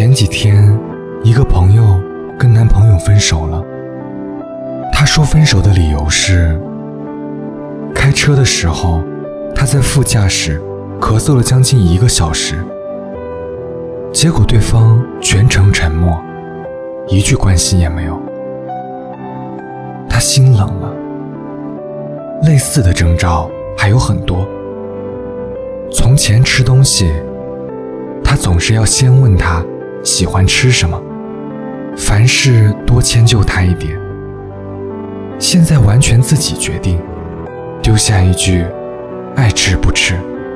前几天，一个朋友跟男朋友分手了。她说分手的理由是，开车的时候，她在副驾驶咳嗽了将近1个小时，结果对方全程沉默，一句关心也没有。她心冷了。类似的征兆还有很多。从前吃东西，他总是要先问他喜欢吃什么，凡事多迁就他一点。现在完全自己决定，丢下一句爱吃不吃。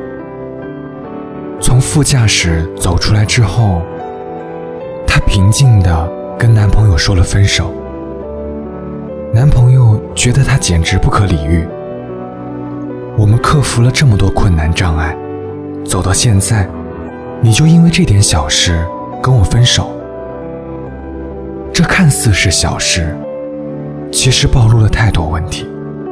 从副驾驶走出来之后，她平静地跟男朋友说了分手。男朋友觉得她简直不可理喻。我们克服了这么多困难障碍，走到现在，你就因为这点小事跟我分手。这看似是小事，其实暴露了太多问题。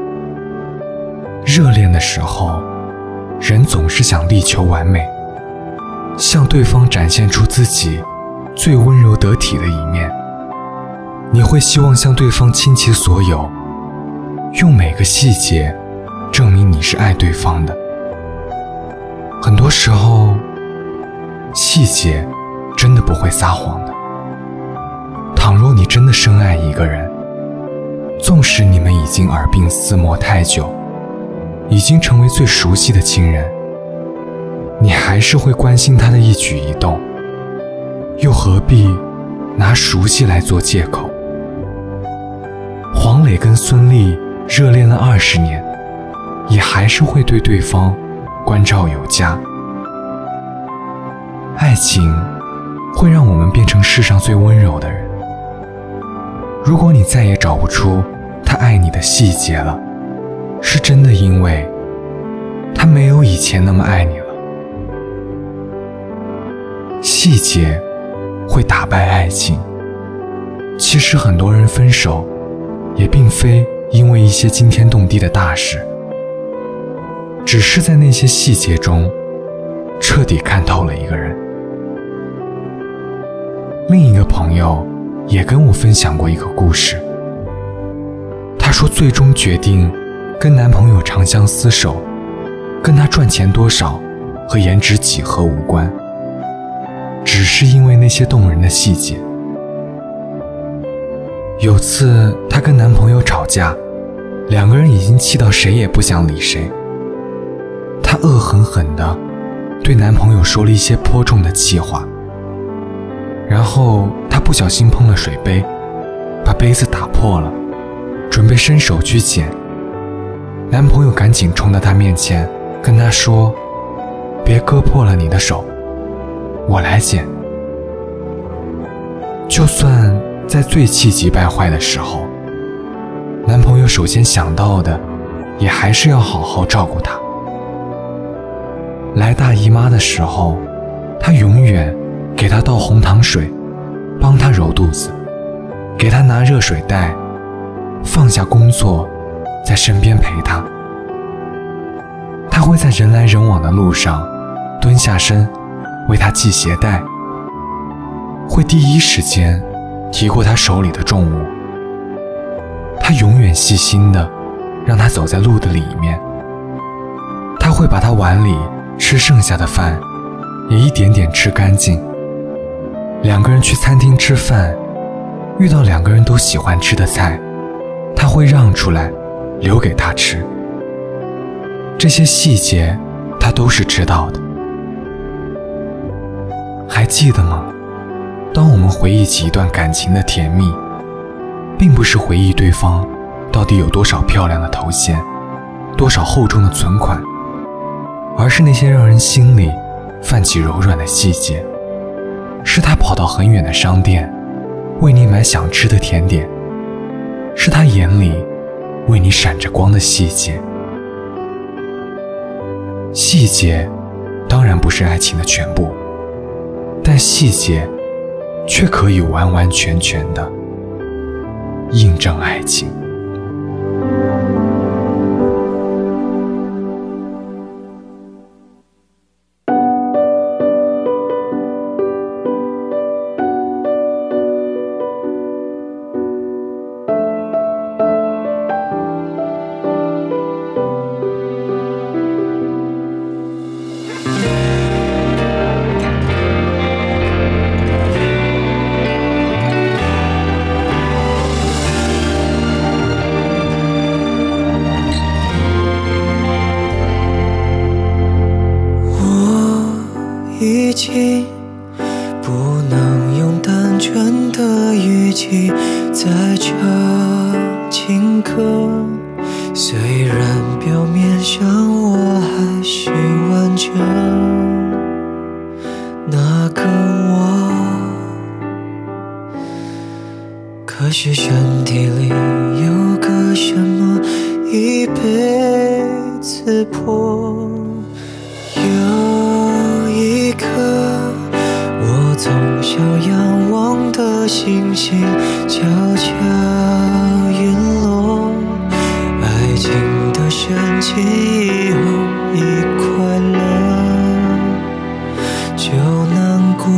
热恋的时候，人总是想力求完美，向对方展现出自己最温柔得体的一面。你会希望向对方倾其所有，用每个细节证明你是爱对方的。很多时候，细节真的不会撒谎的。倘若你真的深爱一个人，纵使你们已经耳鬓厮磨太久，已经成为最熟悉的亲人，你还是会关心他的一举一动，又何必拿熟悉来做借口？黄磊跟孙俪热恋了20年，也还是会对对方关照有加。爱情会让我们变成世上最温柔的人。如果你再也找不出他爱你的细节了，是真的因为他没有以前那么爱你了。细节会打败爱情。其实很多人分手也并非因为一些惊天动地的大事，只是在那些细节中彻底看透了一个人。另一个朋友也跟我分享过一个故事。她说最终决定跟男朋友长相厮守，跟他赚钱多少和颜值几何无关，只是因为那些动人的细节。有次她跟男朋友吵架，两个人已经气到谁也不想理谁。她恶狠狠地对男朋友说了一些颇重的气话，然后她不小心碰了水杯，把杯子打破了，准备伸手去捡。男朋友赶紧冲到她面前跟她说，别割破了你的手，我来捡。就算在最气急败坏的时候，男朋友首先想到的也还是要好好照顾她。来大姨妈的时候，他永远给她倒红糖水，帮她揉肚子，给她拿热水袋，放下工作在身边陪她。他会在人来人往的路上蹲下身为她系鞋带，会第一时间提过她手里的重物。他永远细心地让她走在路的里面。他会把她碗里吃剩下的饭也一点点吃干净。两个人去餐厅吃饭，遇到两个人都喜欢吃的菜，他会让出来留给她吃。这些细节他都是知道的。还记得吗？当我们回忆起一段感情的甜蜜，并不是回忆对方到底有多少漂亮的头衔，多少厚重的存款，而是那些让人心里泛起柔软的细节。是他跑到很远的商店为你买想吃的甜点，是他眼里为你闪着光的细节。细节当然不是爱情的全部，但细节却可以完完全全地印证爱情。 已经不能用单纯的语气再唱情歌，虽然表面上我还是完整那个我，可是身体里有个什么已被刺破。有一颗我从小仰望的星星悄悄陨落，爱情的深情以后一快乐就难过，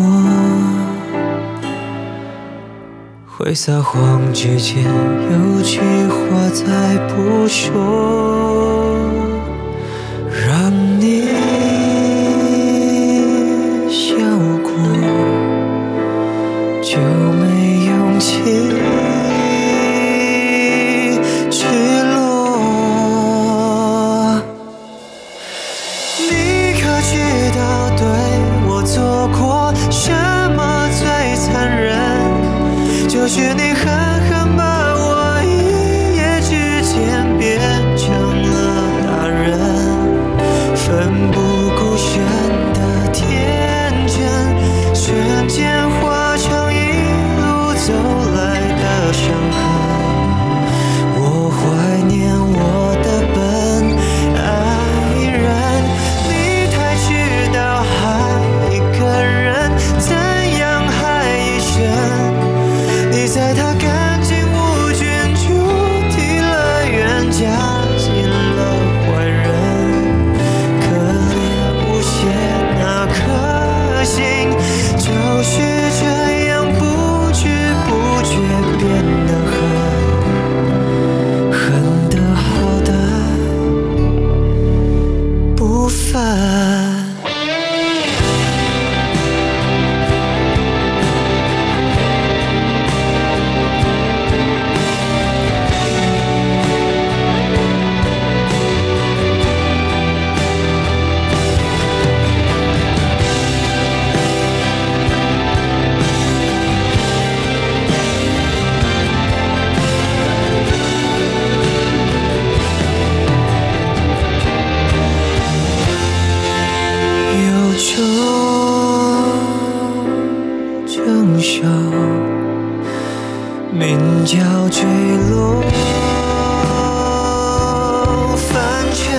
会撒谎之前有句话再不说，让你笑过就没勇气去落。你可知道对我做过什么最残忍？就是你狠狠把我一夜之间变成了大人，奋不顾身的天真，瞬间化成一路走来的伤痕。我怀念我的笨爱人，你太知道爱一个人怎样害一生。你在他干净无菌主题乐园加进了坏人，可怜无邪那颗心就是这样不知不觉变得狠得好的不凡。争手名叫坠落凡尘，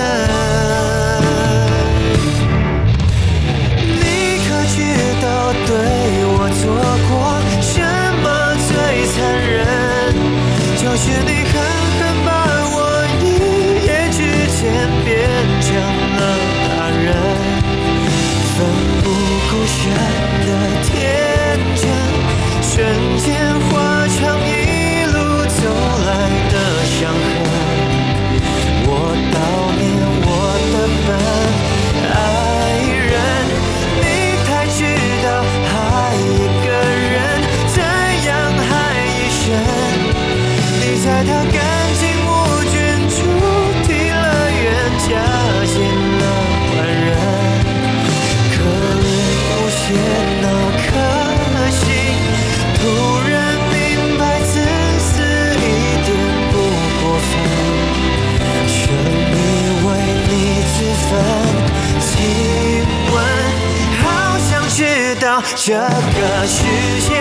你可知道对我做过什么最残忍？就是你狠狠把我一夜之间变成了大人，奋不顾身的天真，瞬间化成一路走来的伤痕。我悼念我的笨爱人，你太知道爱一个人怎样害一生。你在他干净无菌主题乐园加进了坏人，可怜无邪那颗心突然明白自私一点不过分，深以为你自焚。请问好想知道这个世界